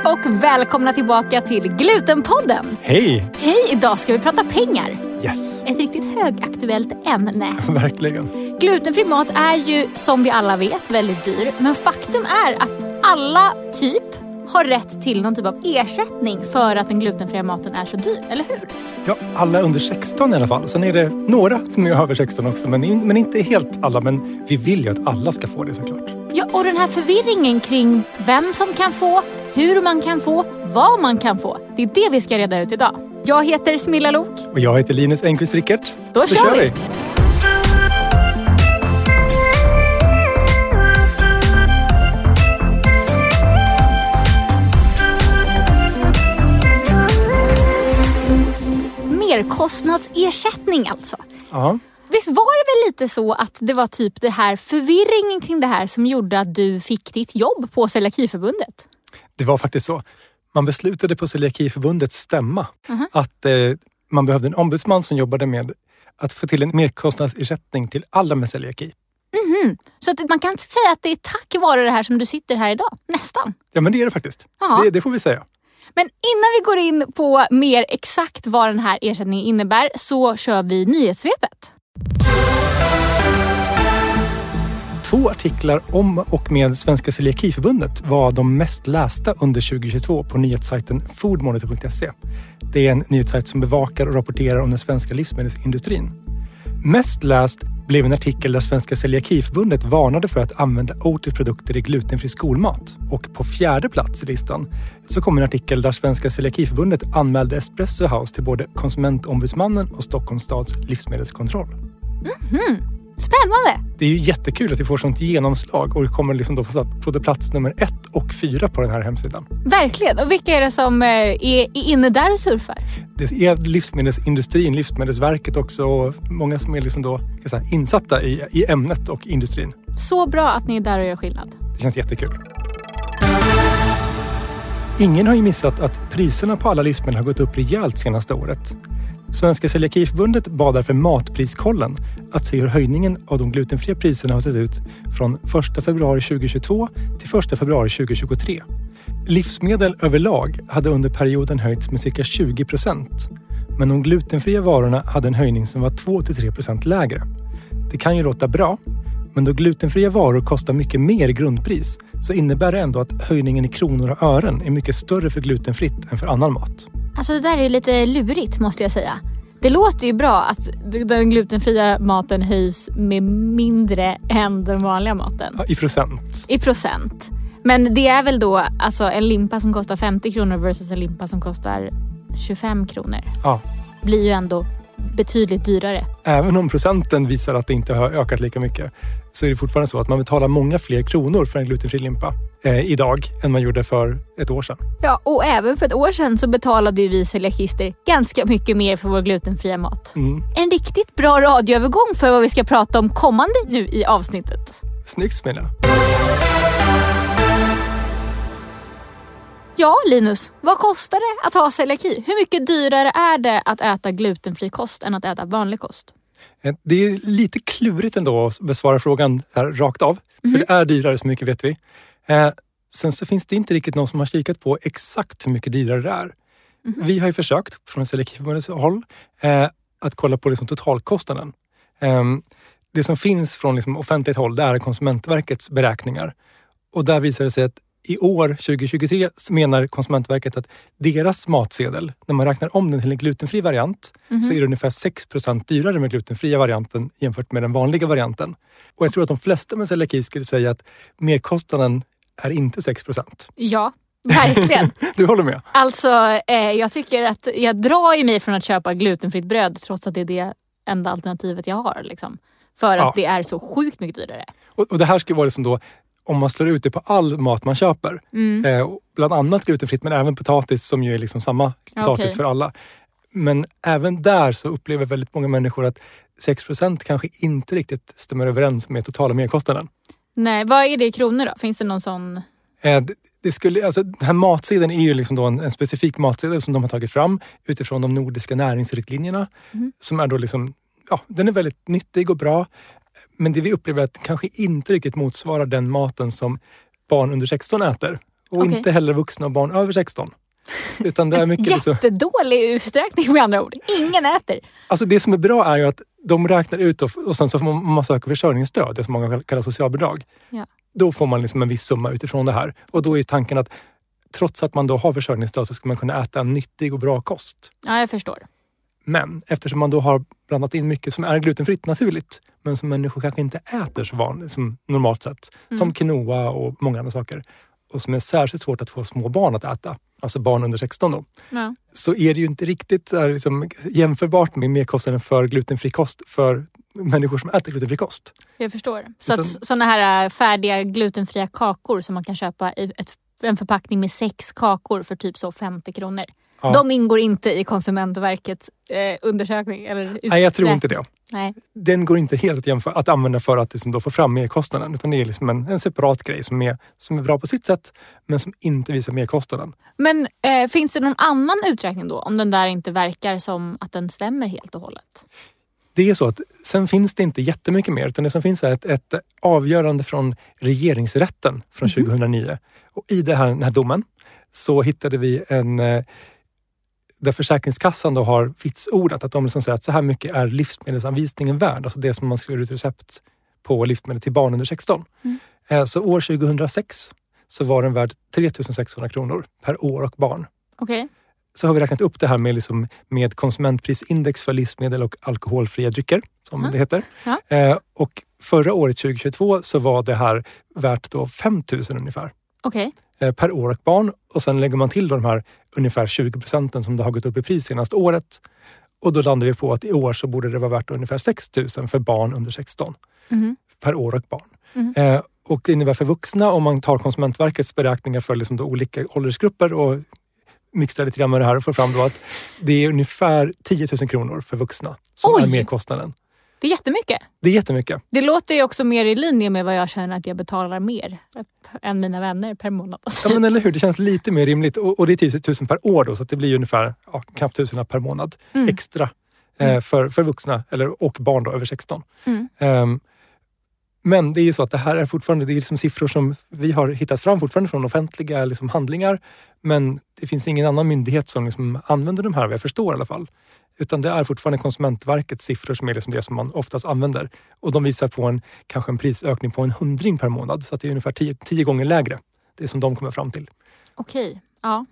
och välkomna tillbaka till Glutenpodden. Hej! Hej, idag ska vi prata pengar. Yes. Ett riktigt högaktuellt ämne. Verkligen. Glutenfri mat är ju, som vi alla vet, väldigt dyr. Men faktum är att alla har rätt till någon typ av ersättning för att den glutenfria maten är så dyr, eller hur? Ja, alla under 16 i alla fall. Sen är det några som är över 16 också, men inte helt alla. Men vi vill ju att alla ska få det såklart. Ja, och den här förvirringen kring vem som kan få, hur man kan få, vad man kan få. Det är det vi ska reda ut idag. Jag heter Smilla Lok. Och jag heter Linus Engqvist-Rickert. Då kör vi! Merkostnadsersättning alltså. Ja. Visst var det väl lite så att det var typ det här förvirringen kring det här som gjorde att du fick ditt jobb på Celiakiförbundet? Det var faktiskt så. Man beslutade på Celiakiförbundets stämma att man behövde en ombudsman som jobbade med att få till en merkostnadsersättning till alla med celiaki. Så att man kan inte säga att det är tack vare det här som du sitter här idag, nästan. Ja, men det är det faktiskt. Det får vi säga. Men innan vi går in på mer exakt vad den här ersättningen innebär så kör vi nyhetssvepet. 2 artiklar om och med Svenska Celiakiförbundet var de mest lästa under 2022 på nyhetssajten foodmonitor.se. Det är en nyhetssajt som bevakar och rapporterar om den svenska livsmedelsindustrin. Mest läst blev en artikel där Svenska Celiakiförbundet varnade för att använda Otis produkter i glutenfri skolmat. Och på 4:e plats i listan så kom en artikel där Svenska Celiakiförbundet anmälde Espresso House till både Konsumentombudsmannen och Stockholms stads livsmedelskontroll. Spännande! Det är ju jättekul att vi får sånt genomslag och det kommer liksom då på plats nummer 1 och 4 på den här hemsidan. Verkligen. Och vilka är det som är inne där och surfar? Det är livsmedelsindustrin, Livsmedelsverket också och många som är liksom då, insatta i ämnet och industrin. Så bra att ni är där och gör skillnad. Det känns jättekul. Ingen har ju missat att priserna på alla livsmedel har gått upp rejält senaste året. Svenska Celiakiförbundet bad därför Matpriskollen att se hur höjningen av de glutenfria priserna har sett ut från 1 februari 2022 till 1 februari 2023. Livsmedel överlag hade under perioden höjts med cirka 20%, men de glutenfria varorna hade en höjning som var 2-3% lägre. Det kan ju låta bra, men då glutenfria varor kostar mycket mer i grundpris så innebär det ändå att höjningen i kronor och ören är mycket större för glutenfritt än för annan mat. Alltså det där är lite lurigt måste jag säga. Det låter ju bra att den glutenfria maten höjs med mindre än den vanliga maten. Ja, i procent. Men det är väl då alltså en limpa som kostar 50 kronor versus en limpa som kostar 25 kronor. Ja. Blir ju ändå betydligt dyrare. Även om procenten visar att det inte har ökat lika mycket så är det fortfarande så att man betalar många fler kronor för en glutenfri limpa idag än man gjorde för ett år sedan. Ja, och även för ett år sedan så betalade ju vi celiakister ganska mycket mer för vår glutenfria mat. En riktigt bra radioövergång för vad vi ska prata om kommande nu i avsnittet. Snyggt, Smilla. Ja, Linus, vad kostar det att ha celiaki? Hur mycket dyrare är det att äta glutenfri kost än att äta vanlig kost? Det är lite klurigt ändå att besvara frågan här rakt av. För det är dyrare, så mycket vet vi. Sen så finns det inte riktigt någon som har kikat på exakt hur mycket dyrare det är. Vi har ju försökt från Celiakiförbundets håll att kolla på liksom totalkostnaden. Det som finns från liksom offentligt håll det är Konsumentverkets beräkningar. Och där visar det sig att i år 2023 så menar Konsumentverket att deras matsedel, när man räknar om den till en glutenfri variant så är det ungefär 6% dyrare med glutenfria varianten jämfört med den vanliga varianten. Och jag tror att de flesta med celiaki skulle säga att merkostnaden är inte 6%. Ja, verkligen. Du håller med? Alltså, jag tycker att jag drar i mig från att köpa glutenfritt bröd trots att det är det enda alternativet jag har. Liksom, för att det är så sjukt mycket dyrare. Och det här ska vara liksom då om man slår ut det på all mat man köper. Bland annat glutenfritt men även potatis som ju är liksom samma potatis för alla. Men även där så upplever väldigt många människor att 6% kanske inte riktigt stämmer överens med totala merkostnaden. Nej, vad är det i kronor då? Finns det någon sån? Det skulle, alltså, den här matsedeln är ju liksom då en specifik matsedel som de har tagit fram utifrån de nordiska näringsriktlinjerna. Som är då liksom, den är väldigt nyttig och bra. Men det vi upplever att kanske inte riktigt motsvarar den maten som barn under 16 äter. Och inte heller vuxna och barn över 16. Utan det är mycket jättedålig uträkning med andra ord. Ingen äter. Alltså det som är bra är ju att de räknar ut och sen så får man söka försörjningsstöd, det som man kallar socialbidrag. Ja. Då får man liksom en viss summa utifrån det här. Och då är tanken att trots att man då har försörjningsstöd så ska man kunna äta en nyttig och bra kost. Ja, jag förstår. Men eftersom man då har blandat in mycket som är glutenfritt naturligt, men som människor kanske inte äter så vanligt som normalt sett, som quinoa och många andra saker, och som är särskilt svårt att få små barn att äta, alltså barn under 16 då, så är det ju inte riktigt liksom jämförbart med merkostnaden för glutenfri kost för människor som äter glutenfri kost. Jag förstår. Så att sådana här färdiga glutenfria kakor som man kan köpa i en förpackning med 6 kakor för typ så 50 kronor. Ja. De ingår inte i Konsumentverkets undersökning? Eller Nej, jag tror inte det. Nej. Den går inte helt att använda för att liksom då få fram merkostnaden. Utan det är liksom en separat grej som är bra på sitt sätt, men som inte visar merkostnaden. Men finns det någon annan uträkning då? Om den där inte verkar som att den stämmer helt och hållet? Det är så att sen finns det inte jättemycket mer. Utan det som finns är ett avgörande från regeringsrätten från 2009. Och i den här domen så hittade vi där Försäkringskassan då har vitsordat att de liksom säger att så här mycket är livsmedelsanvisningen värd. Alltså det som man skriver ut recept på livsmedel till barn under 16. Så år 2006 så var den värd 3 600 kronor per år och barn. Okej. Så har vi räknat upp det här med konsumentprisindex för livsmedel och alkoholfria drycker, som det heter. Ja. Och förra året 2022 så var det här värt då 5 000 ungefär. Okej. Per år och barn, och sen lägger man till då de här ungefär 20% som det har gått upp i pris senaste året, och då landar vi på att i år så borde det vara värt ungefär 6 000 för barn under 16 per år och barn. Och det innebär för vuxna, om man tar Konsumentverkets beräkningar för liksom då olika åldersgrupper och mixtrar lite grann med det här och får fram då att det är ungefär 10 000 kronor för vuxna som är merkostnaden. Det är jättemycket. Det är jättemycket. Det låter ju också mer i linje med vad jag känner att jag betalar mer än mina vänner per månad. Ja, men eller hur? Det känns lite mer rimligt. Och det är 10 000 per år då, så att det blir ungefär knappt 1 000 per månad extra för vuxna och barn då över 16. Men det är ju så att det här är fortfarande, det är liksom siffror som vi har hittat fram fortfarande från offentliga liksom handlingar. Men det finns ingen annan myndighet som liksom använder de här, vad jag förstår i alla fall. Utan det är fortfarande Konsumentverkets siffror som är liksom det som man oftast använder. Och de visar på kanske en prisökning på 100 per månad. Så att det är ungefär 10 gånger lägre. Det som de kommer fram till. Okej, ja.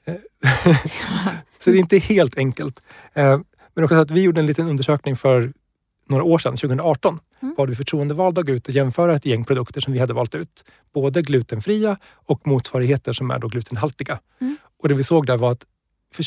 Så det är inte helt enkelt. Men också att vi gjorde en liten undersökning för några år sedan, 2018. Var vi förtroendevalda gå ut och jämföra ett gäng produkter som vi hade valt ut. Både glutenfria och motsvarigheter som är då glutenhaltiga. Och det vi såg där var att för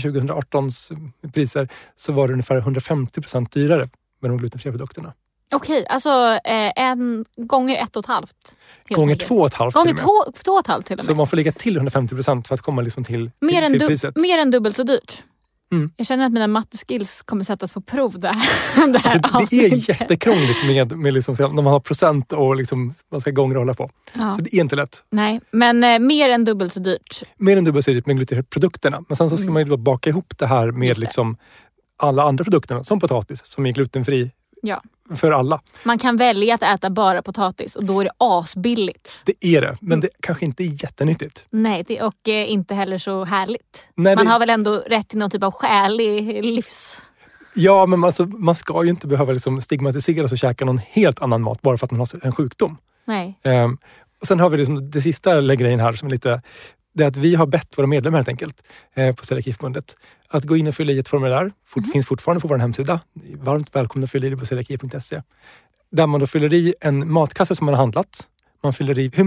2018s priser så var det ungefär 150% dyrare med de glutenfria produkterna. Okej, alltså gånger 1,5. Gånger 2,5. Gånger 2,5 till och med. Så man får lägga till 150% för att komma liksom till priset. Mer än dubbelt så dyrt. Jag känner att mina matteskills kommer sättas på prov där. Alltså, det är jättekrångligt med liksom, när man har procent och liksom, man ska gånger hålla på. Ja. Så det är inte lätt. Nej, men mer än dubbelt så dyrt. Mer än dubbelt så dyrt med glutenprodukterna. Men sen så ska man ju då baka ihop det här med liksom alla andra produkterna, som potatis, som är glutenfri för alla. Man kan välja att äta bara potatis och då är det asbilligt. Det är det, men det kanske inte är jättenyttigt. Nej, och inte heller så härligt. Man har väl ändå rätt till någon typ av skälig livs... Ja, men alltså, man ska ju inte behöva liksom stigmatiseras och käka någon helt annan mat bara för att man har en sjukdom. Nej. Och sen har vi liksom det sista grejen här som är lite... Det är att vi har bett våra medlemmar helt enkelt på Celiakiförbundet att gå in och fylla i ett formulär. Finns fortfarande på vår hemsida. Varmt välkomna att fylla i det på celiaki.se. Där man då fyller i en matkasse som man har handlat. Man fyller i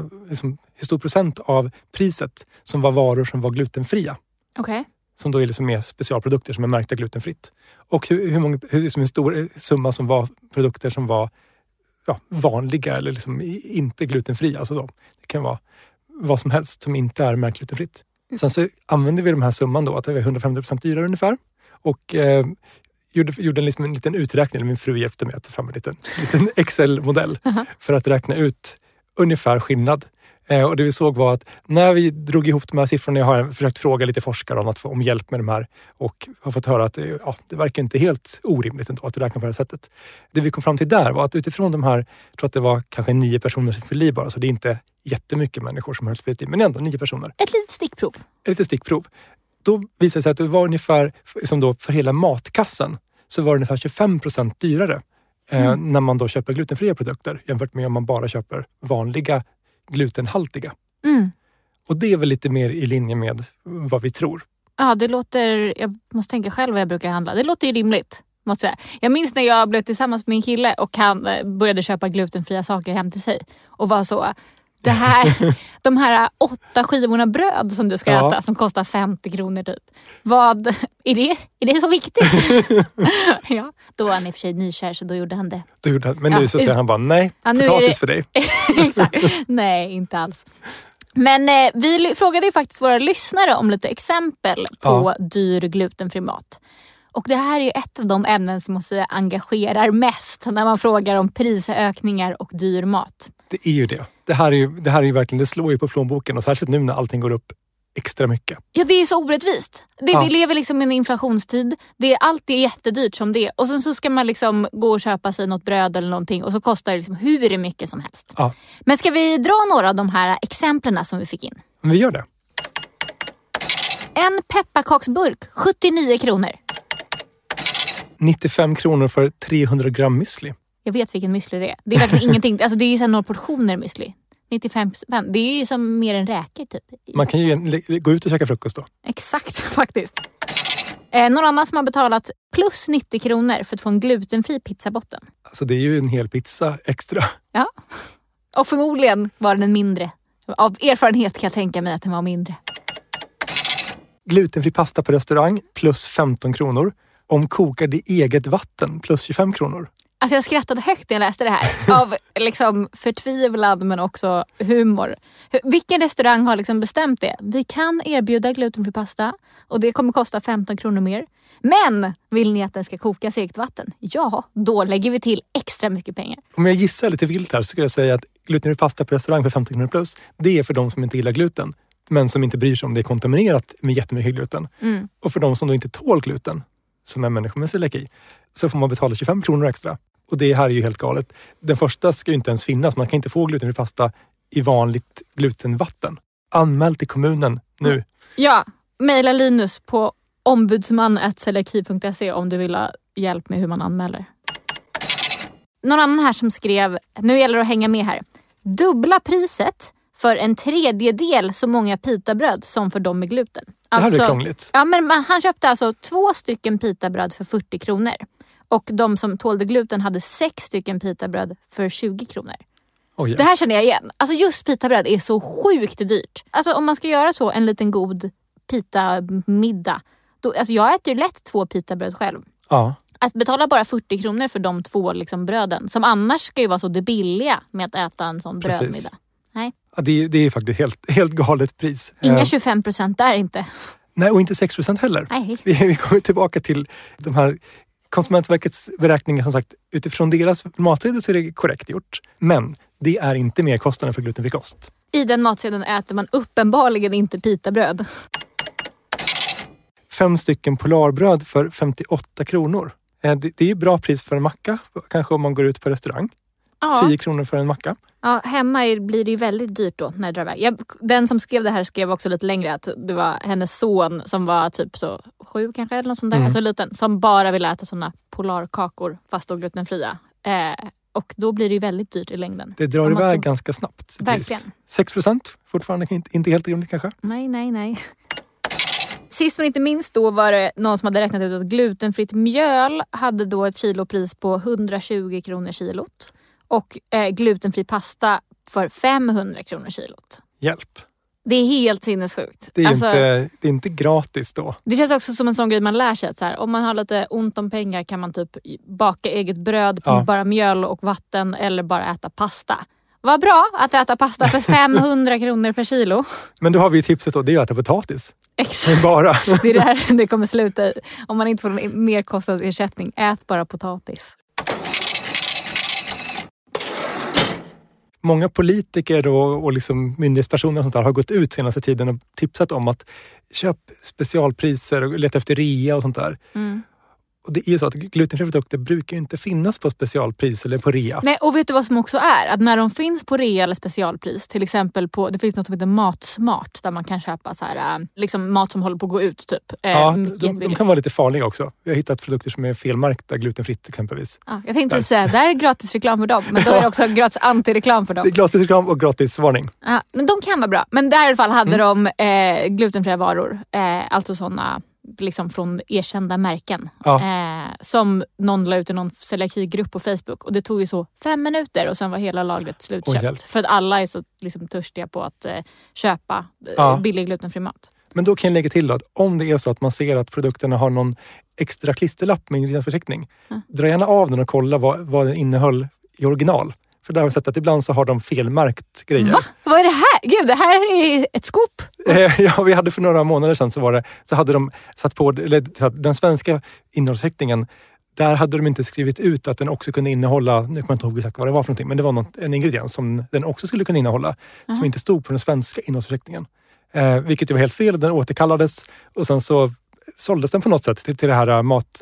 hur stor procent av priset som var varor som var glutenfria. Okej. Som då är liksom mer specialprodukter som är märkta glutenfritt. Och hur stor summa som var produkter som var vanliga eller liksom inte glutenfria. Alltså då. Det kan vara vad som helst som inte är märkt glutenfritt. Sen så använder vi de här summan då att det är 150% dyrare ungefär. Och gjorde en liten uträkning. Min fru hjälpte mig att ta fram en liten Excel-modell för att räkna ut ungefär skillnad. Och det vi såg var att när vi drog ihop de här siffrorna, jag har försökt fråga lite forskare om hjälp med de här och har fått höra att det verkar inte helt orimligt ändå att räkna på det här sättet. Det vi kom fram till där var att utifrån de här, jag tror att det var kanske 9 personer som fyllde i bara, så det är inte jättemycket människor som har hälsofritt, men ändå 9 personer. Ett litet stickprov. Då visade det sig att det var ungefär, som då för hela matkassen, så var det ungefär 25% dyrare när man då köper glutenfria produkter jämfört med om man bara köper vanliga glutenhaltiga. Och det är väl lite mer i linje med vad vi tror. Ja, det låter... Jag måste tänka själv vad jag brukar handla. Det låter ju rimligt, måste jag säga. Jag minns när jag blev tillsammans med min kille och han började köpa glutenfria saker hem till sig. Och var så... de här 8 skivorna bröd som du ska äta som kostar 50 kronor typ. Är det så viktigt? Ja, då var han i och för sig nykär så då gjorde han det. Men nu så säger han bara nej, potatis för dig. Exakt. Nej, inte alls. Men vi frågade ju faktiskt våra lyssnare om lite exempel på dyr glutenfri mat. Och det här är ju ett av de ämnen som måste engagerar mest när man frågar om prisökningar och dyr mat. Det är ju det. Det här är ju verkligen, det slår ju på plånboken och särskilt nu när allting går upp extra mycket. Ja, det är så orättvist. Vi lever liksom i en inflationstid. Allt är jättedyrt som det. Och sen så ska man liksom gå och köpa sig något bröd eller någonting och så kostar det liksom hur mycket som helst. Ja. Men ska vi dra några av de här exemplen som vi fick in? Vi gör det. En pepparkaksburk, 79 kronor. 95 kronor för 300 gram müsli. Jag vet vilken müsli det är. Det är verkligen ingenting. Alltså det är ju så några portioner müsli. 95 spänn. Det är ju som mer än räker typ. Man kan ju gå ut och käka frukost då. Exakt, faktiskt. Någon annan som har betalat plus 90 kronor för att få en glutenfri pizzabotten. Alltså det är ju en hel pizza extra. Ja. Och förmodligen var den mindre. Av erfarenhet kan jag tänka mig att den var mindre. Glutenfri pasta på restaurang plus 15 kronor. Om kokad i eget vatten plus 25 kronor. Alltså jag skrattade högt när jag läste det här. Av liksom förtvivlad men också humor. Vilken restaurang har liksom bestämt det? Vi kan erbjuda glutenfri pasta och det kommer kosta 15 kronor mer. Men vill ni att den ska kokas i eget vatten? Ja, då lägger vi till extra mycket pengar. Om jag gissar lite vilt här så skulle jag säga att glutenfri pasta på restaurang för 15 kronor plus, det är för de som inte gillar gluten. Men som inte bryr sig om det är kontaminerat med jättemycket gluten. Och för de som då inte tål gluten, som är människor med celiaki, så får man betala 25 kronor extra. Och det här är ju helt galet. Den första ska ju inte ens finnas. Man kan inte få glutenfri pasta i vanligt glutenvatten. Anmäl till kommunen nu. Ja, mejla Linus på ombudsman@celiaki.se om du vill ha hjälp med hur man anmäler. Någon annan här som skrev, nu gäller det att hänga med här. Dubbla priset för en tredjedel så många pitabröd som för dem med gluten. Alltså, det här är krångligt. Ja, men han köpte alltså 2 stycken pitabröd för 40 kronor. Och de som tålde gluten hade 6 stycken pitabröd för 20 kronor. Oh, ja. Det här känner jag igen. Alltså just pitabröd är så sjukt dyrt. Alltså om man ska göra så en liten god pitamiddag. Då, alltså jag äter ju lätt 2 pitabröd själv. Ja. Att betala bara 40 kronor för de 2 liksom bröden. Som annars ska ju vara så det billiga med att äta en sån brödmiddag. Nej. Ja, det är faktiskt helt galet pris. Inga 25% där inte. Nej, och inte 6% heller. Nej. Vi kommer tillbaka till de här Konsumentverkets beräkningar, som sagt, utifrån deras matsedel så är det korrekt gjort. Men det är inte mer kostnader för glutenfri kost. I den matsedeln äter man uppenbarligen inte pitabröd. 5 stycken polarbröd för 58 kronor. Det är ju bra pris för en macka, kanske om man går ut på restaurang. Ja. 10 kronor för en macka. Ja, hemma blir det ju väldigt dyrt då när det drar iväg. Den som skrev det här skrev också lite längre att det var hennes son som var typ så 7 kanske eller något sånt där, alltså liten, som bara ville äta såna polarkakor fast då glutenfria. Och då blir det ju väldigt dyrt i längden. Det drar iväg ganska snabbt. Verkligen. 6% fortfarande inte helt rimligt kanske. Nej. Sist men inte minst då var det någon som hade räknat ut att glutenfritt mjöl hade då ett kilopris på 120 kronor kilot. Och glutenfri pasta för 500 kronor kilot. Hjälp. Det är helt sinnessjukt. Det är inte gratis då. Det känns också som en sån grej man lär sig. Att så här, om man har lite ont om pengar kan man typ baka eget bröd på bara mjöl och vatten eller bara äta pasta. Vad bra att äta pasta för 500 kronor per kilo. Men då har vi tipset då, det är att äta potatis. Exakt. Bara. Det är där det kommer sluta i. Om man inte får en merkostnadsersättning, ät bara potatis. Många politiker och liksom myndighetspersoner och sånt där har gått ut senaste tiden och tipsat om att köp specialpriser och leta efter rea och sånt där. Och det är ju så att glutenfria produkter brukar inte finnas på specialpris eller på rea. Nej, och vet du vad som också är? Att när de finns på rea eller specialpris, till exempel på, det finns något som heter Matsmart där man kan köpa så här, liksom mat som håller på att gå ut typ. Ja, de kan vara lite farliga också. Vi har hittat produkter som är felmärkta, glutenfritt exempelvis. Ja, jag tänkte säga, där är gratis reklam för dem, men då är det också gratis antireklam för dem. Det är gratis reklam och gratis varning. Ja, men de kan vara bra. Men där i alla fall hade de glutenfria varor, alltså sådana liksom från erkända märken. Ja. Som någon la ut i någon celiakigrupp på Facebook. Och det tog ju så 5 minuter och sen var hela lagret slutköpt. För att alla är så liksom törstiga på att köpa billig glutenfri mat. Men då kan jag lägga till då, att om det är så att man ser att produkterna har någon extra klisterlapp med ingrediensförteckning, dra gärna av den och kolla vad den innehöll i original. För där har vi sett att ibland så har de felmärkt grejer. Va? Vad är det här? Gud, det här är ett scoop. Ja, vi hade för några månader sedan så hade de satt på, eller den svenska innehållsförteckningen, där hade de inte skrivit ut att den också kunde innehålla, nu kommer jag inte ihåg exakt vad det var för någonting, men det var en ingrediens som den också skulle kunna innehålla, som inte stod på den svenska innehållsförteckningen. Vilket ju var helt fel, den återkallades och sen så såldes den på något sätt till det här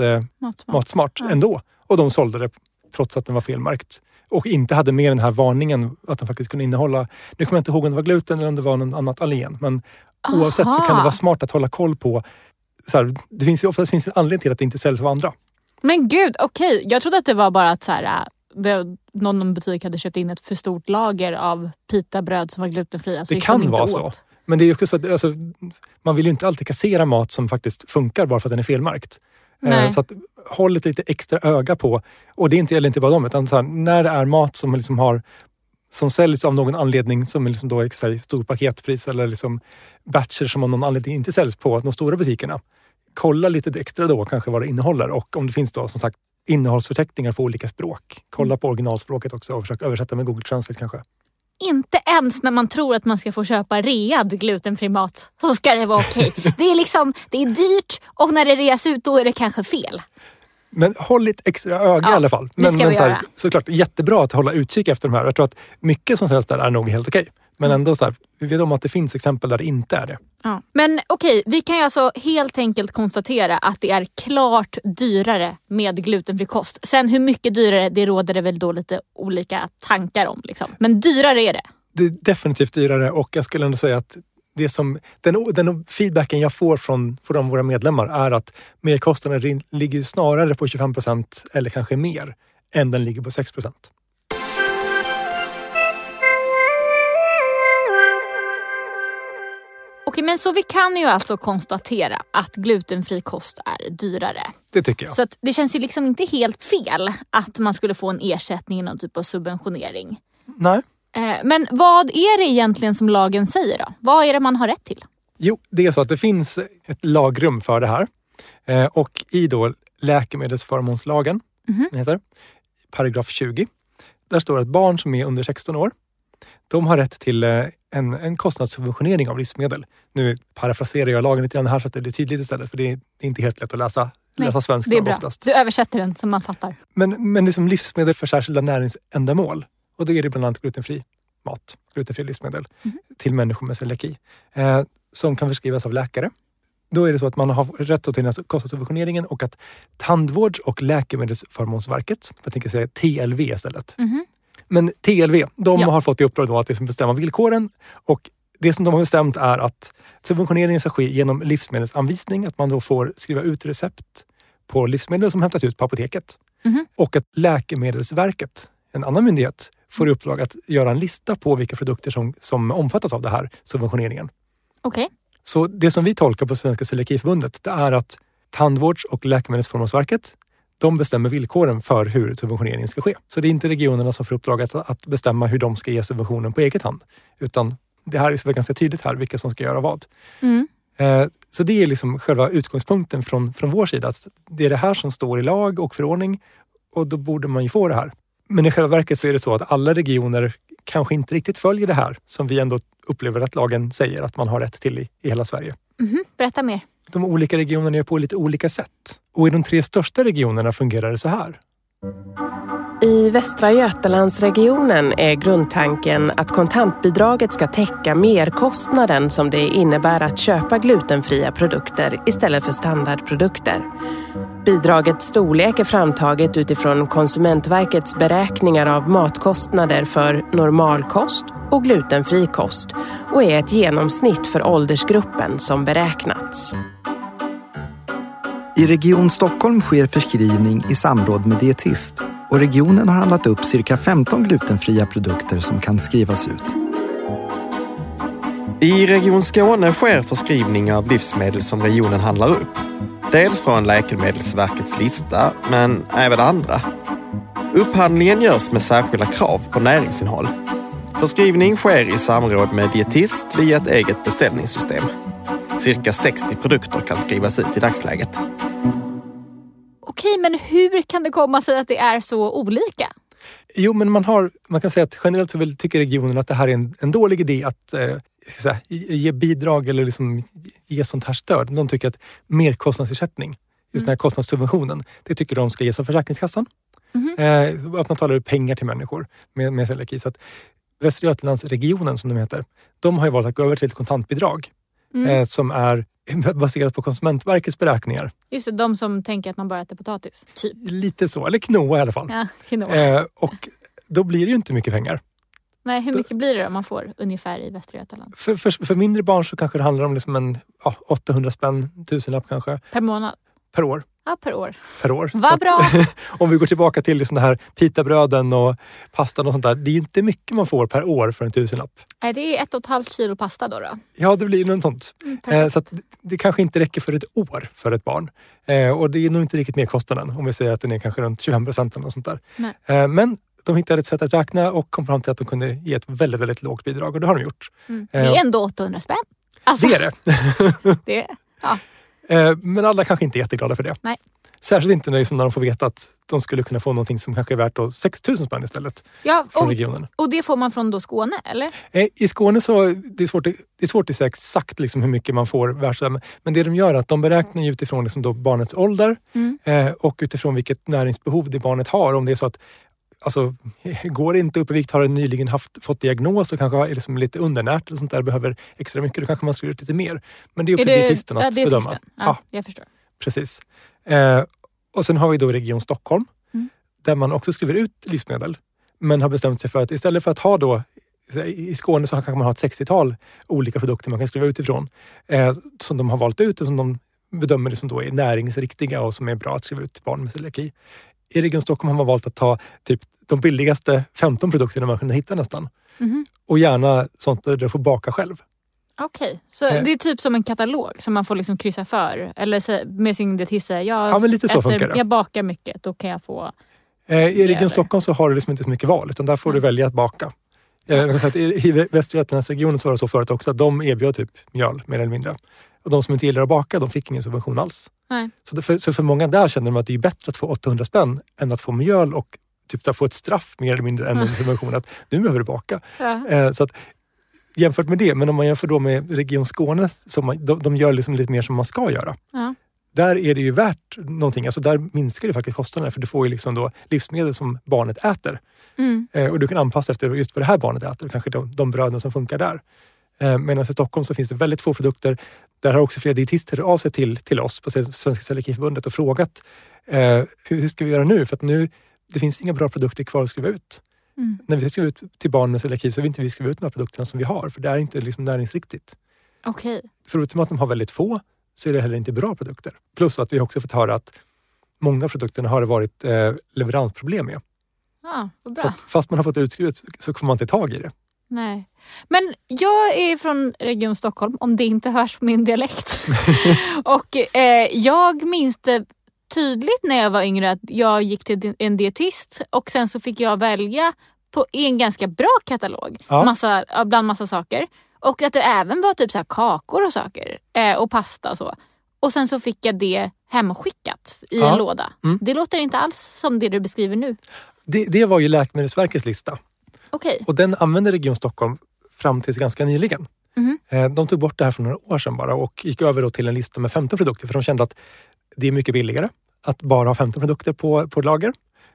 Matsmart ändå. Och de sålde det trots att den var felmärkt. Och inte hade med den här varningen att den faktiskt kunde innehålla, nu kommer jag inte ihåg om det var gluten eller om det var något annat allergen. Men oavsett så kan det vara smart att hålla koll på, så här, det finns ju oftast en anledning till att det inte säljs av andra. Men gud, okej. Jag trodde att det var bara att så här, någon butik hade köpt in ett för stort lager av pitabröd som var glutenfria. Så det kan vara så. Men det är också så att alltså, man vill ju inte alltid kassera mat som faktiskt funkar bara för att den är felmärkt. Så att håll ett lite extra öga på, och det gäller inte bara dem, utan så här, när det är mat som liksom som säljs av någon anledning som liksom då är stor paketpris eller liksom batcher som av någon anledning inte säljs på de stora butikerna. Kolla lite extra då kanske vad det innehåller, och om det finns då som sagt innehållsförteckningar på olika språk. Kolla på originalspråket också och försök översätta med Google Translate kanske. Inte ens när man tror att man ska få köpa read glutenfri mat så ska det vara okej. Det är dyrt, och när det reas ut då är det kanske fel. Men håll lite extra öga i alla fall. Men såklart jättebra att hålla utkik efter de här. Jag tror att mycket som sägs där är nog helt okej. Men ändå så här, vi vet om att det finns exempel där det inte är det. Ja. Men okej, vi kan ju alltså helt enkelt konstatera att det är klart dyrare med glutenfri kost. Sen hur mycket dyrare, det råder det väl då lite olika tankar om. Liksom. Men dyrare är det. Det är definitivt dyrare, och jag skulle ändå säga att det som, den feedbacken jag får från våra medlemmar är att merkostnaden ligger snarare på 25% eller kanske mer än den ligger på 6%. Okej, men så vi kan ju alltså konstatera att glutenfri kost är dyrare. Det tycker jag. Så att det känns ju liksom inte helt fel att man skulle få en ersättning i någon typ av subventionering. Nej. Men vad är det egentligen som lagen säger då? Vad är det man har rätt till? Jo, det är så att det finns ett lagrum för det här. Och i då läkemedelsförmånslagen, heter, paragraf 20, där står att barn som är under 16 år, de har rätt till en kostnadssubventionering av livsmedel. Nu parafraserar jag lagen lite grann här så att det blir tydligt istället, för det är inte helt lätt att läsa svenska. Det är bra. Oftast. Du översätter den som man fattar. Men liksom livsmedel för särskilda näringsändamål. Och då är det bland annat glutenfri livsmedel till människor med celiaki. Som kan förskrivas av läkare. Då är det så att man har rätt till den här kostnadssubventioneringen, och att Tandvårds- och läkemedelsförmånsverket, jag tänker säga TLV istället. Men TLV, de har fått i uppdrag då att liksom bestämma villkoren, och det som de har bestämt är att subventioneringen ska ske genom livsmedelsanvisning, att man då får skriva ut recept på livsmedel som hämtas ut på apoteket. Och att Läkemedelsverket, en annan myndighet, får i uppdrag att göra en lista på vilka produkter som omfattas av det här subventioneringen. Okej. Så det som vi tolkar på Svenska Celiakiförbundet, det är att Tandvårds- och Läkemedelsförmånsverket, de bestämmer villkoren för hur subventioneringen ska ske. Så det är inte regionerna som får uppdrag att bestämma hur de ska ge subventionen på eget hand. Utan det här är ganska tydligt här vilka som ska göra vad. Så det är liksom själva utgångspunkten från vår sida. Att det är det här som står i lag och förordning, och då borde man ju få det här. Men i själva verket så är det så att alla regioner kanske inte riktigt följer det här som vi ändå upplever att lagen säger att man har rätt till i hela Sverige. Berätta mer. De olika regionerna är på lite olika sätt. Och i de 3 största regionerna fungerar det så här. I Västra Götalandsregionen är grundtanken att kontantbidraget ska täcka merkostnaden som det innebär att köpa glutenfria produkter istället för standardprodukter. Bidragets storlek är framtaget utifrån Konsumentverkets beräkningar av matkostnader för normalkost och glutenfri kost och är ett genomsnitt för åldersgruppen som beräknats. I Region Stockholm sker förskrivning i samråd med dietist och regionen har handlat upp cirka 15 glutenfria produkter som kan skrivas ut. I Region Skåne sker förskrivning av livsmedel som regionen handlar upp. Dels från Läkemedelsverkets lista, men även andra. Upphandlingen görs med särskilda krav på näringsinnehåll. Förskrivning sker i samråd med dietist via ett eget beställningssystem. Cirka 60 produkter kan skrivas ut i dagsläget. Okej, men hur kan det komma sig att det är så olika? Jo, men man kan säga att generellt så tycker regionen att det här är en dålig idé att ge bidrag eller liksom ge sånt här stöd. De tycker att merkostnadsersättning, just den här kostnadssubventionen, det tycker de ska ges av Försäkringskassan. Att man talar ut pengar till människor med celiaki. Så att Västra Götalandsregionen, som de heter, de har ju valt att gå över till ett kontantbidrag som är baserat på Konsumentverkets beräkningar. Just det, de som tänker att man bara äter potatis. Typ. Lite så, eller quinoa i alla fall. Ja, quinoa. Och då blir det ju inte mycket pengar. Nej, hur mycket blir det då man får ungefär i Västra Götaland? För mindre barn så kanske det handlar om liksom 800 spänn, 1000-lapp kanske. Per månad? Per år. Ja, per år. Vad bra! Om vi går tillbaka till liksom det här pitabröden och pastan och sånt där. Det är ju inte mycket man får per år för en 1000-lapp. Är det 1,5 kilo pasta då? Ja, det blir något sånt. Så att det kanske inte räcker för ett år för ett barn. Och det är nog inte riktigt mer kostnaden om vi säger att den är kanske runt 25% och sånt där. Men de hittade ett sätt att räkna och kom fram till att de kunde ge ett väldigt, väldigt lågt bidrag. Och det har de gjort. Det är ändå 800 spänn. Alltså, det är det. Ja. Men alla kanske inte är jätteglada för det. Nej. Särskilt inte när de får veta att de skulle kunna få någonting som kanske är värt 6 000 spänn istället från regionen. Och det får man från då Skåne, eller? I Skåne så det är svårt att säga exakt liksom hur mycket man får värt. Men det de gör är att de beräknar utifrån liksom då barnets ålder och utifrån vilket näringsbehov det barnet har. Om det är så att går det inte upp i vikt, har nyligen fått diagnos och kanske är liksom lite undernärt och sånt där, behöver extra mycket, då kanske man skriver ut lite mer. Men det är upp till dietisten att bedöma. Ja, jag förstår. Precis. Och sen har vi då Region Stockholm där man också skriver ut livsmedel, men har bestämt sig för att istället för att ha då i Skåne så kanske man har ett 60-tal olika produkter man kan skriva ut ifrån som de har valt ut och som de bedömer det som då är näringsriktiga och som är bra att skriva ut till barn med celiaki. I Region Stockholm har man valt att ta typ de billigaste 15 produkterna man kunde hitta nästan. Och gärna sånt där du får baka själv. Okej, så det är typ som en katalog som man får liksom kryssa för. Eller med sin dietist säga, men lite så funkar det. Jag bakar mycket, då kan jag få... I Region Stockholm så har du liksom inte så mycket val, utan där får du välja att baka. I Västra Götalandsregionen så var det så förut också att de erbjöd typ mjöl mer eller mindre. Och de som inte gillar att baka, de fick ingen subvention alls. Nej. Så för många där känner de att det är bättre att få 800 spänn än att få mjöl och typ få ett straff mer eller mindre än en subvention att nu behöver du baka. Ja. Så att jämfört med det, men om man jämför då med Region Skåne, de gör liksom lite mer som man ska göra. Ja. Där är det ju värt någonting. Alltså där minskar det faktiskt kostnaderna, för du får ju liksom då livsmedel som barnet äter. Och du kan anpassa efter just vad det här barnet äter. Kanske de bröden som funkar där. Medan i Stockholm så finns det väldigt få produkter. Där har också flera dietister av sig till oss på Svenska Celiakiförbundet och frågat hur ska vi göra nu? För att nu, det finns inga bra produkter kvar att skriva ut. När vi ska skriva ut till barn med celiaki så vill inte vi skriva ut de här produkterna som vi har. För det är inte liksom näringsriktigt. Okej. Förutom att de har väldigt få så är det heller inte bra produkter. Plus att vi också fått höra att många av produkterna har det varit leveransproblem med. Ja, vad bra. Så fast man har fått utskrivet så får man inte tag i det. Nej. Men jag är från Region Stockholm, om det inte hörs på min dialekt. Och jag minns det tydligt när jag var yngre att jag gick till en dietist och sen så fick jag välja i en ganska bra katalog. Ja. Bland massa saker. Och att det även var typ så här kakor och saker. Och pasta och så. Och sen så fick jag det hemskickat i en låda. Det låter inte alls som det du beskriver nu. Det var ju Läkemedelsverkets lista. Okay. Och den använde Region Stockholm fram tills ganska nyligen. De tog bort det här för några år sedan bara och gick över då till en lista med 15 produkter. För de kände att det är mycket billigare att bara ha 15 produkter på lager.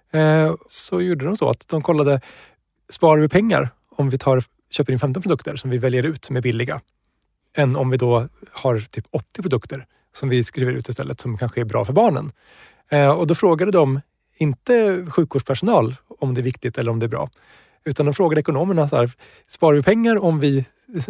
Så gjorde de så att de kollade, sparar vi pengar om vi köper in 15 produkter som vi väljer ut som är billiga, än om vi då har typ 80 produkter som vi skriver ut istället som kanske är bra för barnen. Och då frågade de inte sjukvårdspersonal om det är viktigt eller om det är bra. Utan de frågade ekonomerna så här, sparar vi pengar om vi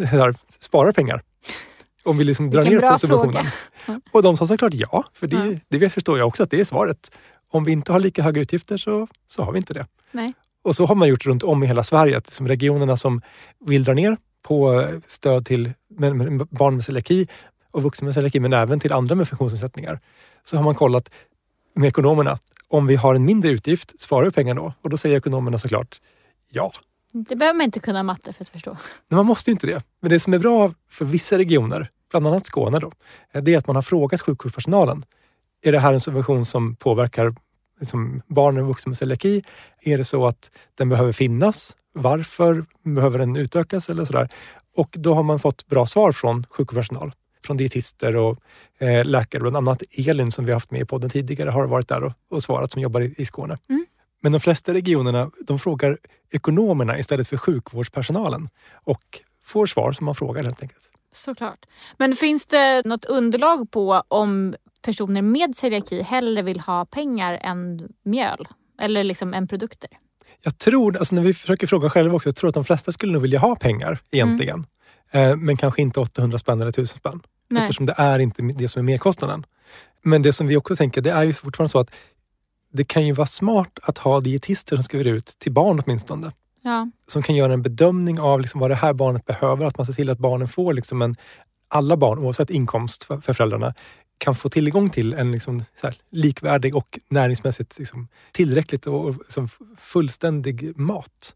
sparar pengar? Om vi liksom drar ner på subventionen. Och de sa såklart ja, för det förstår jag också att det är svaret. Om vi inte har lika höga utgifter så har vi inte det. Nej. Och så har man gjort runt om i hela Sverige. Att som regionerna som vill dra ner på stöd till barn med celiaki och vuxna med celiaki, men även till andra med funktionsnedsättningar. Så har man kollat med ekonomerna. Om vi har en mindre utgift, sparar vi pengar då? Och då säger ekonomerna såklart ja. Det behöver man inte kunna matte för att förstå. Men man måste ju inte det. Men det som är bra för vissa regioner, bland annat Skåne då, det är att man har frågat sjukvårdspersonalen. Är det här en subvention som påverkar liksom barn och vuxna med celiaki? Är det så att den behöver finnas? Varför behöver den utökas eller sådär? Och då har man fått bra svar från sjukvårdspersonal. Från dietister och läkare. Bland annat Elin som vi har haft med i podden tidigare har varit där och svarat, som jobbar i Skåne. Mm. Men de flesta regionerna, de frågar ekonomerna istället för sjukvårdspersonalen. Och får svar som man frågar helt enkelt. Såklart. Men finns det något underlag på om personer med celiaki hellre vill ha pengar än mjöl? Eller liksom än produkter? Jag tror, alltså när vi försöker fråga själva också, jag tror att de flesta skulle nog vilja ha pengar egentligen. Men kanske inte 800 spänn eller 1000 spänn. Nej. Eftersom det är inte det som är merkostnaden. Men det som vi också tänker, det är ju fortfarande så att det kan ju vara smart att ha dietister som skriver ut till barn åtminstone. Ja. Som kan göra en bedömning av liksom vad det här barnet behöver. Att man ser till att barnen får liksom alla barn, oavsett inkomst för föräldrarna, kan få tillgång till en liksom så här likvärdig och näringsmässigt liksom tillräckligt och liksom fullständig mat.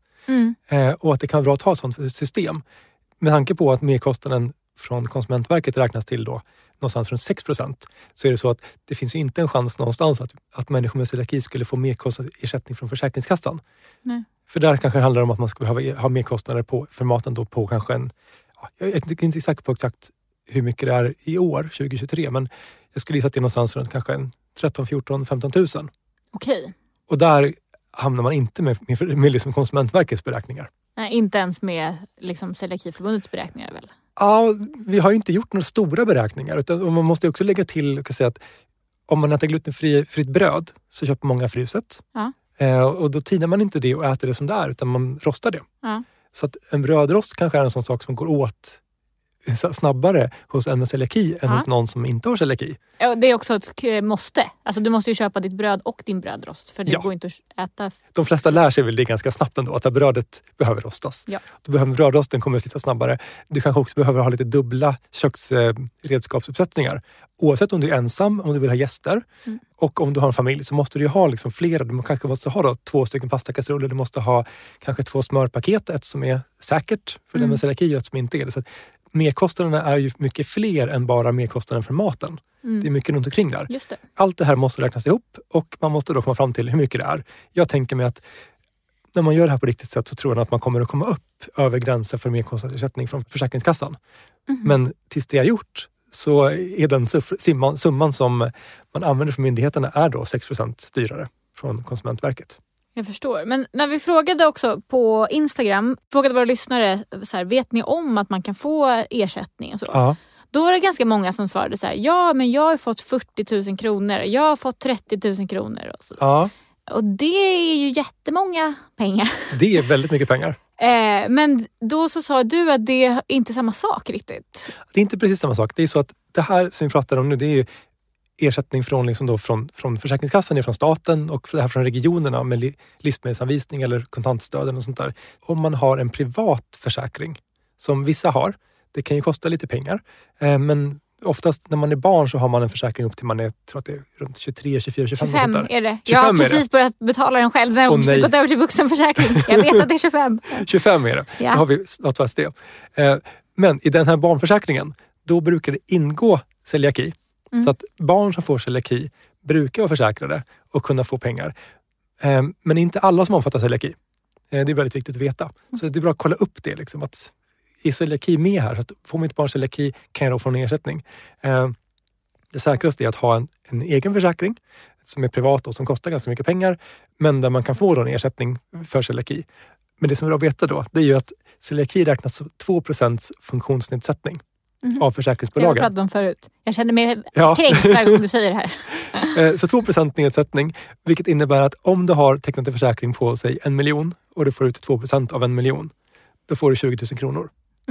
Och att det kan vara bra att ha ett sådant system. Med tanke på att merkostnaden från Konsumentverket räknas till då någonstans runt 6%, så är det så att det finns ju inte en chans någonstans att människor med celiaki skulle få merkostnadsersättning från Försäkringskassan. Nej. För där kanske det handlar om att man ska behöva ha merkostnader för maten då på kanske jag är inte säker på exakt hur mycket det är i år, 2023, men jag skulle gissa att det är någonstans runt kanske 13, 14, 15 000. Okej. Och där hamnar man inte med liksom Konsumentverkets beräkningar. Nej, inte ens med liksom Celiakiförbundets beräkningar väl? Ja, vi har ju inte gjort några stora beräkningar, utan man måste också lägga till kan säga att om man äter glutenfritt bröd så köper många fruset. Ja. Och då tinar man inte det och äter det som det är, utan man rostar det. Ja. Så att en brödrost kanske är en sån sak som går åt snabbare hos en med celiaki än hos någon som inte har celiaki. Ja, det är också ett måste. Alltså du måste ju köpa ditt bröd och din brödrost, för det går inte att äta. De flesta lär sig väl det ganska snabbt ändå, att brödet behöver rostas. Ja. Då behöver brödrosten komma lite snabbare. Du kanske också behöver ha lite dubbla köksredskapsuppsättningar. Oavsett om du är ensam, om du vill ha gäster och om du har en familj, så måste du ha liksom flera. Du kanske måste ha 2 stycken pastakasseroller, du måste ha kanske 2 smörpaket, ett som är säkert för den med celiaki och ett som inte är det. Så merkostnaderna är ju mycket fler än bara merkostnaden för maten. Det är mycket runt omkring där. Just det. Allt det här måste räknas ihop och man måste då komma fram till hur mycket det är. Jag tänker mig att när man gör det här på riktigt sätt så tror jag att man kommer att komma upp över gränsen för merkostnadsersättning från Försäkringskassan. Men tills det är gjort så är den summan som man använder för myndigheterna är då 6% dyrare från Konsumentverket. Jag förstår. Men när vi frågade också på Instagram, frågade våra lyssnare så här, vet ni om att man kan få ersättning och så? Ja. Då var det ganska många som svarade så här, ja men jag har fått 40 000 kronor, jag har fått 30 000 kronor. Och så. Ja. Och det är ju jättemånga pengar. Det är väldigt mycket pengar. Men då så sa du att det är inte samma sak riktigt. Det är inte precis samma sak. Det är så att det här som vi pratar om nu, det är ju ersättning från, liksom då från Försäkringskassan, från staten och det här från regionerna med livsmedelsanvisning eller kontantstöd och sånt där. Om man har en privat försäkring som vissa har, det kan ju kosta lite pengar. Men oftast när man är barn så har man en försäkring upp till man är, tror att det är runt 23, 24, 25. 25 är det. Jag har precis börjat betala den själv när jag har gått över till vuxenförsäkring. Jag vet att det är 25. 25 är det. Ja. Då har vi fast det. Men i den här barnförsäkringen, då brukar det ingå celiaki. Så att barn som får celiaki brukar vara försäkrade och kunna få pengar. Men inte alla som omfattar celiaki. Det är väldigt viktigt att veta. Så det är bra att kolla upp det. Liksom, att är celiaki med här? Så att får man inte barn celiaki kan jag då få en ersättning. Det säkraste är att ha en egen försäkring som är privat och som kostar ganska mycket pengar. Men där man kan få då en ersättning för celiaki. Men det som är bra att veta då, det är ju att celiaki räknas som 2% funktionsnedsättning. av försäkringsbolagen. Det har jag pratat om förut. Jag känner mig kränkt varje gång du säger det här. Så 2% nedsättning, vilket innebär att om du har tecknat en försäkring på sig 1 miljon och du får ut 2% av 1 miljon, då får du 20 000 kronor.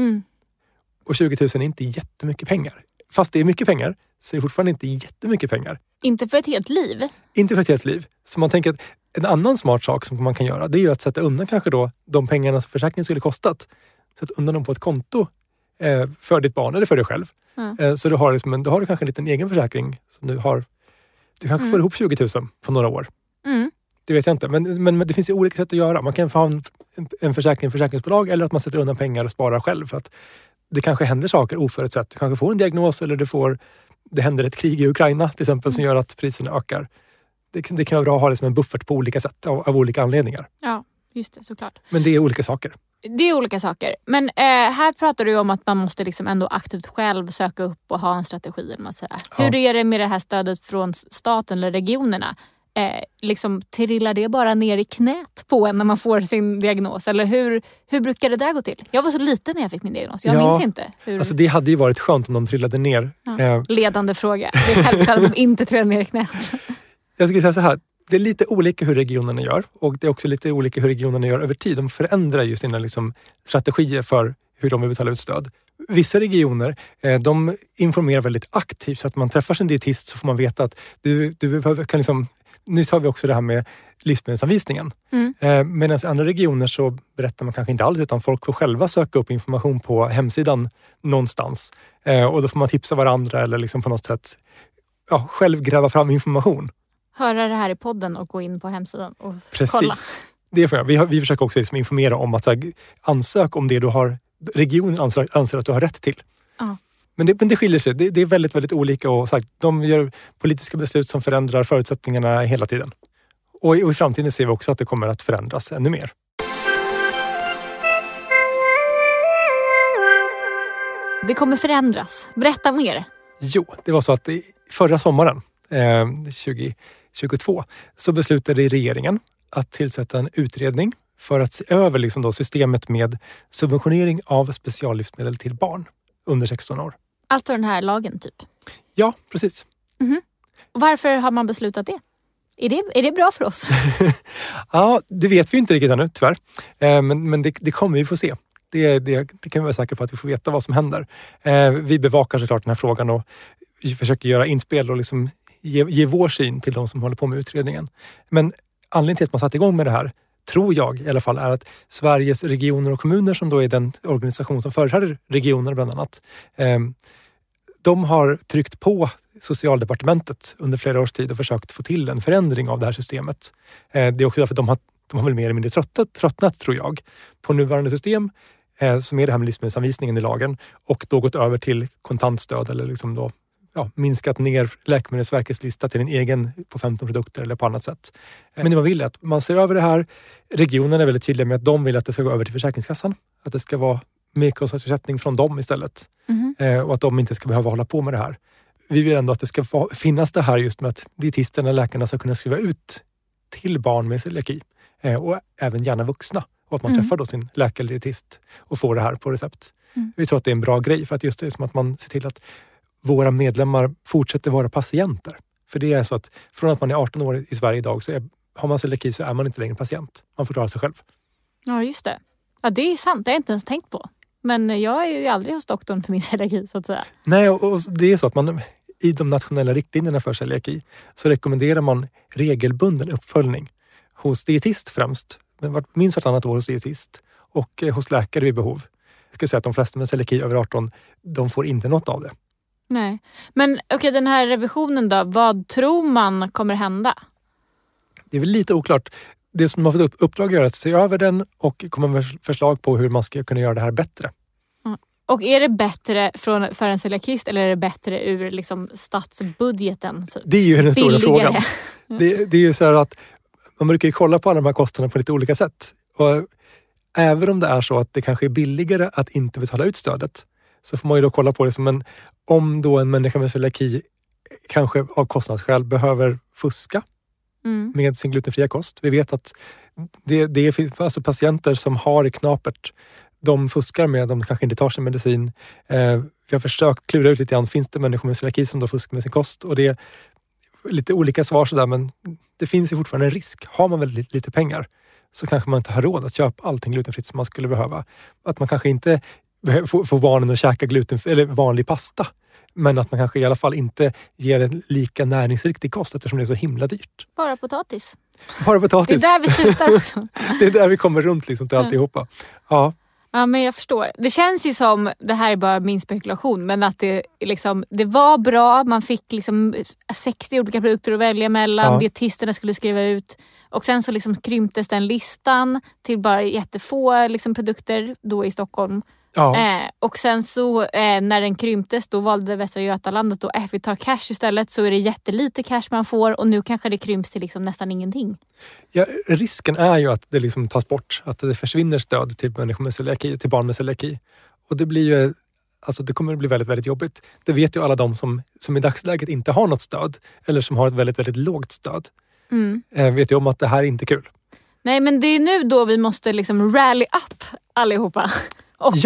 Och 20 000 är inte jättemycket pengar. Fast det är mycket pengar, så är det fortfarande inte jättemycket pengar. Inte för ett helt liv. Inte för ett helt liv. Så man tänker att en annan smart sak som man kan göra, det är ju att sätta undan kanske då de pengarna som försäkringen skulle kostat. Sätta undan dem på ett konto för ditt barn eller för dig själv. Så du har, då har du kanske en liten egen försäkring som du har. Du kanske får ihop 20 000 på några år. Det vet jag inte. Men det finns ju olika sätt att göra. Man kan få en försäkringsbolag eller att man sätter undan pengar och sparar själv. För att det kanske händer saker oförutsett. Du kanske får en diagnos eller det händer ett krig i Ukraina till exempel som gör att priserna ökar. Det kan vara bra att ha det som en buffert på olika sätt av olika anledningar. Ja, just det, såklart. Men det är olika saker. Det är olika saker. Men här pratar du om att man måste liksom ändå aktivt själv söka upp och ha en strategi. Man säger. Hur är det med det här stödet från staten eller regionerna? Liksom trillar det bara ner i knät på en när man får sin diagnos? Eller hur brukar det där gå till? Jag var så liten när jag fick min diagnos. Jag minns inte. Alltså det hade ju varit skönt om de trillade ner. Ledande fråga. Det är självklart att de inte trillar ner i knät. Jag skulle säga så här. Det är lite olika hur regionerna gör och det är också lite olika hur regionerna gör över tid. De förändrar ju sina strategier för hur de vill betala ut stöd. Vissa regioner, de informerar väldigt aktivt så att man träffar sin dietist så får man veta att du kan nu tar vi också det här med livsmedelsanvisningen. Medan i andra regioner så berättar man kanske inte alls utan folk får själva söka upp information på hemsidan någonstans. Och då får man tipsa varandra eller på något sätt själv gräva fram information. Höra det här i podden och gå in på hemsidan och Precis. Kolla. Det får jag. Vi försöker också informera om att ansök om det du har, regionen anser att du har rätt till. Men det skiljer sig. Det är väldigt, väldigt olika och de gör politiska beslut som förändrar förutsättningarna hela tiden. Och i framtiden ser vi också att det kommer att förändras ännu mer. Det kommer förändras. Berätta mer. Jo, det var så att förra sommaren 2022 så beslutade regeringen att tillsätta en utredning för att se över systemet med subventionering av speciallivsmedel till barn under 16 år. Alltså den här lagen typ? Ja, precis. Och varför har man beslutat det? Är det bra för oss? Ja, det vet vi inte riktigt ännu tyvärr. Men det kommer vi få se. Det kan vi vara säkra på att vi får veta vad som händer. Vi bevakar såklart den här frågan och försöker göra inspel och ge vår syn till de som håller på med utredningen. Men anledningen till att man satt igång med det här, tror jag i alla fall, är att Sveriges regioner och kommuner som då är den organisation som företräder regioner bland annat, de har tryckt på Socialdepartementet under flera års tid och försökt få till en förändring av det här systemet. Det är också därför att de har väl mer eller mindre tröttnat tror jag på nuvarande system som är det här med livsmedelsanvisningen i lagen och då gått över till kontantstöd eller minskat ner Läkemedelsverkets lista till en egen på 15 produkter eller på annat sätt. Men det man vill är att man ser över det här. Regionen är väldigt tydliga med att de vill att det ska gå över till Försäkringskassan. Att det ska vara merkostnadsersättning från dem istället. Och att de inte ska behöva hålla på med det här. Vi vill ändå att det ska finnas det här just med att dietisterna och läkarna ska kunna skriva ut till barn med celiaki. Och även gärna vuxna. Och att man träffar då sin läkare eller dietist och får det här på recept. Vi tror att det är en bra grej för att just det är som att man ser till att våra medlemmar fortsätter vara patienter. För det är så att från att man är 18 år i Sverige idag så har man celiaki så är man inte längre patient. Man får klara sig själv. Ja, just det. Ja, det är sant. Det har jag inte ens tänkt på. Men jag är ju aldrig hos doktorn för min celiaki så att säga. Nej, och det är så att man i de nationella riktlinjerna för celiaki så rekommenderar man regelbunden uppföljning hos dietist främst. Minst vartannat år hos dietist och hos läkare vid behov. Jag ska säga att de flesta med celiaki över 18, de får inte något av det. Nej, men okej, den här revisionen då, vad tror man kommer hända? Det är väl lite oklart. Det som man har fått uppdrag att göra är att se över den och komma med förslag på hur man ska kunna göra det här bättre. Och är det bättre för en celiakist eller är det bättre ur statsbudgeten? Det är ju den stora frågan. Det är ju så här att man brukar ju kolla på alla de här kostnaderna på lite olika sätt. Och även om det är så att det kanske är billigare att inte betala ut stödet så får man ju då kolla på det som om då en människa med celiaki kanske av kostnadsskäl behöver fuska med sin glutenfria kost. Vi vet att det är alltså patienter som har det knapert. De fuskar med, de kanske inte tar sin medicin. Vi har försökt klura ut lite grann, finns det människor med celiaki som då fuskar med sin kost? Och det är lite olika svar sådär, men det finns ju fortfarande en risk. Har man väldigt lite pengar så kanske man inte har råd att köpa allting glutenfritt som man skulle behöva. Att man kanske inte får barnen att käka eller vanlig pasta. Men att man kanske i alla fall inte ger en lika näringsriktig kost eftersom det är så himla dyrt. Bara potatis. Bara potatis. Det är där vi slutar också. Det är där vi kommer runt liksom till alltihopa. Ja. Ja, men jag förstår. Det känns ju som, det här är bara min spekulation, men att det var bra. Man fick liksom 60 olika produkter att välja mellan. Ja. Dietisterna skulle skriva ut. Och sen så liksom krymptes den listan till bara jättefå liksom produkter då i Stockholm. Ja. Och sen så när den krymptes då valde Västra Götalandet och vi tar cash istället, så är det jättelite cash man får och nu kanske det krymps till liksom nästan ingenting. Ja, risken är ju att det liksom tas bort, att det försvinner stöd till människor med celiaki, till barn med celiaki. Och det blir ju, alltså det kommer att bli väldigt, väldigt jobbigt. Det vet ju alla de som i dagsläget inte har något stöd eller som har ett väldigt, väldigt lågt stöd. Vet ju om att det här är inte kul. Nej, men det är nu då vi måste liksom rally up allihopa. Och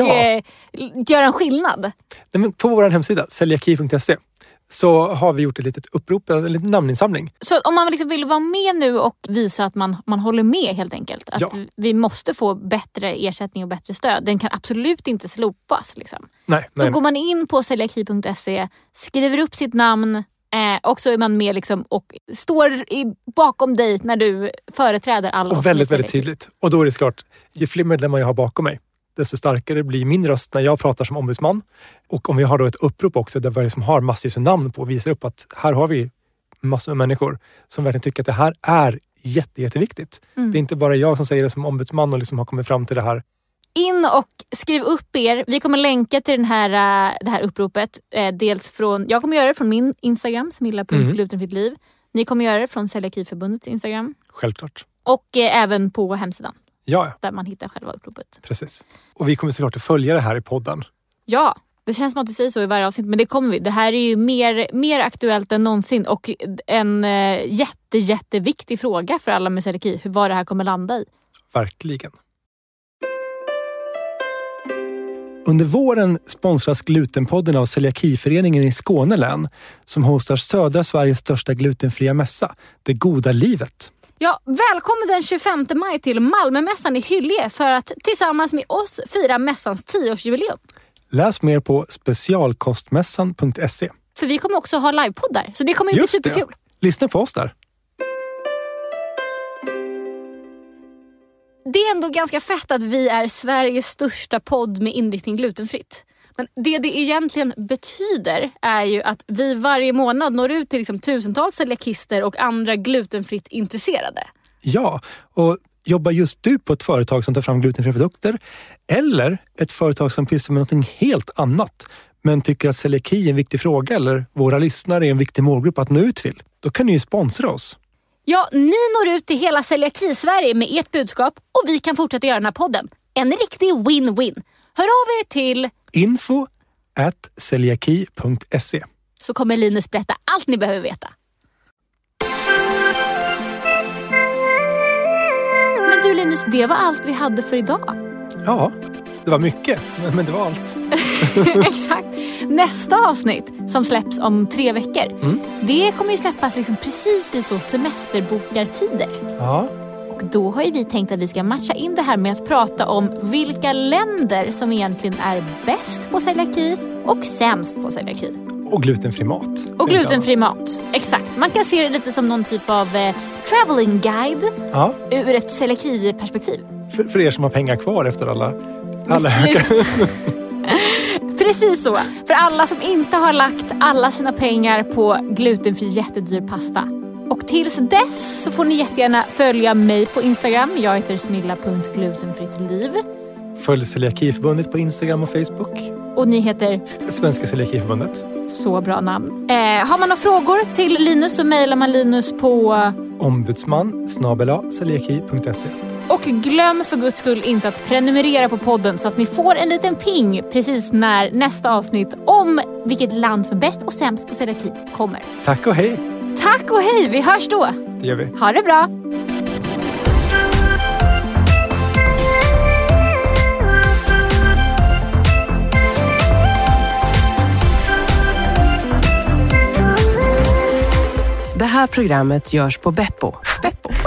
göra en skillnad. Nej, men på vår hemsida, celiaki.se, så har vi gjort ett litet upprop, en liten namninsamling. Så om man liksom vill vara med nu och visa att man håller med helt enkelt. Att vi måste få bättre ersättning och bättre stöd. Den kan absolut inte slopas. Liksom. Nej. Då går man in på celiaki.se, skriver upp sitt namn och så är man med liksom och står bakom dig när du företräder alla. Och väldigt, väldigt tydligt. Och då är det klart, ju fler medlemmar jag har bakom mig, desto starkare blir min röst när jag pratar som ombudsman. Och om vi har då ett upprop också där vi liksom har massvis av namn på och visar upp att här har vi massor av människor som verkligen tycker att det här är jätteviktigt. Det är inte bara jag som säger det som ombudsman och liksom har kommit fram till det här. In och skriv upp er. Vi kommer länka till det här uppropet. Dels från, jag kommer göra det från min Instagram, smilla.glutenfrittliv. Ni kommer göra det från Celiakiförbundets Instagram. Självklart. Och även på hemsidan. Ja. Där man hittar själva uppropet. Precis. Och vi kommer såklart att följa det här i podden. Ja, det känns som att det säger så i varje avsnitt. Men det kommer vi. Det här är ju mer aktuellt än någonsin. Och en jätteviktig fråga för alla med celiaki. Vad det här kommer landa i. Verkligen. Under våren sponsras Glutenpodden av Celiakiföreningen i Skåne län som hostar södra Sveriges största glutenfria mässa, Det goda livet. Ja, välkommen den 25 maj till Malmömässan i Hyllie för att tillsammans med oss fira mässans 10-årsjubileum. Läs mer på specialkostmässan.se. För vi kommer också ha livepoddar, så det kommer ju bli superkul. Det. Lyssna på oss där. Det är ändå ganska fett att vi är Sveriges största podd med inriktning glutenfritt. Men det egentligen betyder är ju att vi varje månad når ut till liksom tusentals celiakister och andra glutenfritt intresserade. Ja, och jobbar just du på ett företag som tar fram glutenfria produkter eller ett företag som pysslar med något helt annat men tycker att celiaki är en viktig fråga eller våra lyssnare är en viktig målgrupp att nå ut till, då kan ni ju sponsra oss. Ja, ni når ut till hela Celiaki-Sverige med ert budskap och vi kan fortsätta göra den här podden. En riktig win-win. Hör av er till info@celiaki.se. Så kommer Linus berätta allt ni behöver veta. Men du Linus, det var allt vi hade för idag. Ja, det var mycket, men det var allt. Exakt. Nästa avsnitt som släpps om 3 veckor, det kommer ju släppas liksom precis i så semesterbokartider. Ja. Och då har ju vi tänkt att vi ska matcha in det här med att prata om vilka länder som egentligen är bäst på celiaki och sämst på celiaki. Och glutenfri mat. Och glutenfri mat, exakt. Man kan se det lite som någon typ av traveling guide ur ett celiaki-perspektiv. För er som har pengar kvar efter alla Precis så. För alla som inte har lagt alla sina pengar på glutenfri jättedyr pasta. Och tills dess så får ni jättegärna följa mig på Instagram. Jag heter smilla.glutenfrittliv. Följ Celiakiförbundet på Instagram och Facebook. Och ni heter? Svenska Celiakiförbundet. Så bra namn. Har man några frågor till Linus så mejlar man Linus på ombudsman@celiaki.se. Och glöm för guds skull inte att prenumerera på podden så att ni får en liten ping precis när nästa avsnitt om vilket land som är bäst och sämst på celiaki kommer. Tack och hej! Tack och hej, vi hörs då! Det gör vi. Ha det bra! här programmet görs på Beppo.